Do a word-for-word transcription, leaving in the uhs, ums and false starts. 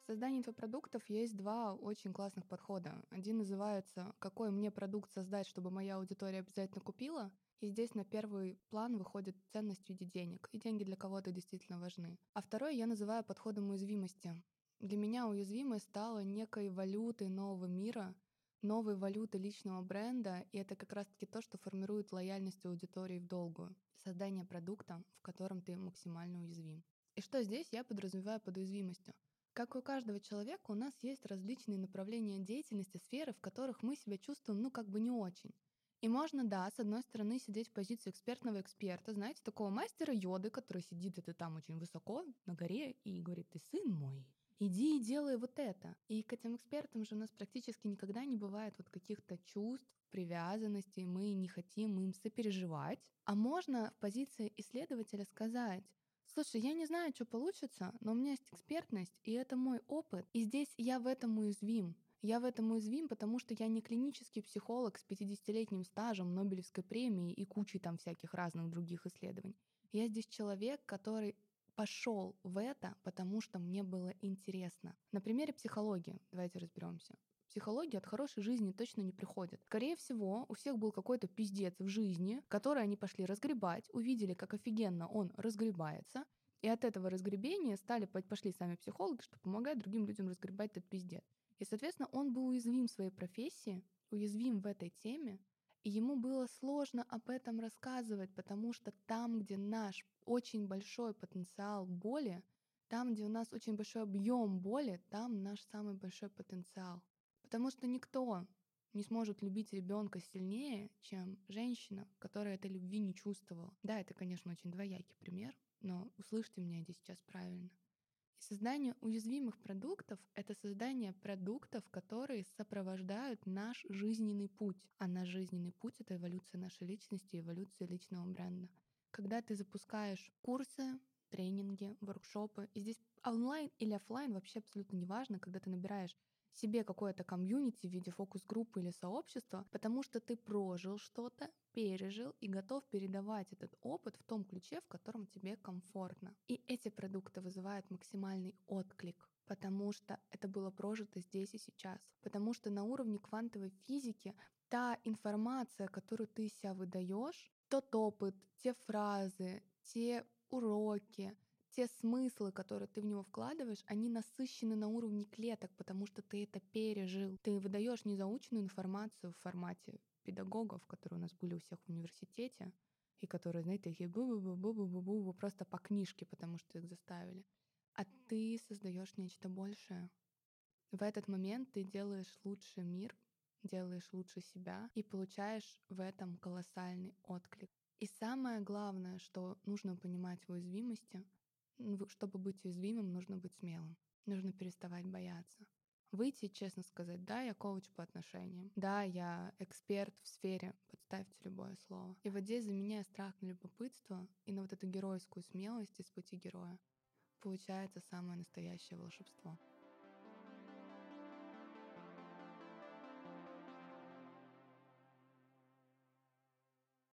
создании инфопродуктов есть два очень классных подхода. Один называется «Какой мне продукт создать, чтобы моя аудитория обязательно купила?». И здесь на первый план выходит ценность в виде денег, и деньги для кого-то действительно важны. А второй я называю подходом уязвимости. Для меня уязвимость стала некой валютой нового мира, новой валюты личного бренда, и это как раз-таки то, что формирует лояльность аудитории в долгую. Создание продукта, в котором ты максимально уязвим. И что здесь я подразумеваю под уязвимостью? Как и у каждого человека, у нас есть различные направления деятельности, сферы, в которых мы себя чувствуем, ну, как бы не очень. И можно, да, с одной стороны, сидеть в позиции экспертного эксперта, знаете, такого мастера йоды, который сидит это там очень высоко на горе и говорит: «Ты сын мой, иди и делай вот это». И к этим экспертам же у нас практически никогда не бывает вот каких-то чувств, привязанностей, мы не хотим им сопереживать. А можно в позиции исследователя сказать: слушай, я не знаю, что получится, но у меня есть экспертность, и это мой опыт, и здесь я в этом уязвим. Я в этом уязвим, потому что я не клинический психолог с пятидесятилетним стажем, Нобелевской премией и кучей там всяких разных других исследований. Я здесь человек, который пошел в это, потому что мне было интересно. На примере психологии давайте разберемся. Психология от хорошей жизни точно не приходит. Скорее всего, у всех был какой-то пиздец в жизни, который они пошли разгребать, увидели, как офигенно он разгребается, и от этого разгребения стали, пошли сами психологи, что помогает другим людям разгребать этот пиздец. И, соответственно, он был уязвим в своей профессии, уязвим в этой теме, и ему было сложно об этом рассказывать, потому что там, где наш очень большой потенциал боли, там, где у нас очень большой объем боли, там наш самый большой потенциал. Потому что никто не сможет любить ребенка сильнее, чем женщина, которая этой любви не чувствовала. Да, это, конечно, очень двоякий пример, но услышьте меня здесь сейчас правильно. И создание уязвимых продуктов — это создание продуктов, которые сопровождают наш жизненный путь. А наш жизненный путь — это эволюция нашей личности, эволюция личного бренда. Когда ты запускаешь курсы, тренинги, воркшопы, и здесь онлайн или офлайн вообще абсолютно неважно, когда ты набираешь себе какое-то комьюнити в виде фокус-группы или сообщества, потому что ты прожил что-то, пережил и готов передавать этот опыт в том ключе, в котором тебе комфортно. И эти продукты вызывают максимальный отклик, потому что это было прожито здесь и сейчас. Потому что на уровне квантовой физики та информация, которую ты из себя выдаешь, тот опыт, те фразы, те уроки, те смыслы, которые ты в него вкладываешь, они насыщены на уровне клеток, потому что ты это пережил. Ты выдаешь незаученную информацию в формате педагогов, которые у нас были у всех в университете, и которые, знаете, такие бу-бу-бу-бу-бу-бу-бу просто по книжке, потому что их заставили. А ты создаешь нечто большее. В этот момент ты делаешь лучший мир, делаешь лучше себя и получаешь в этом колоссальный отклик. И самое главное, что нужно понимать в уязвимости, чтобы быть уязвимым, нужно быть смелым. Нужно переставать бояться. Выйти и честно сказать: да, я коуч по отношениям, да, я эксперт в сфере, подставьте любое слово. И вот здесь, заменяя страх на любопытство и на вот эту геройскую смелость из пути героя, получается самое настоящее волшебство.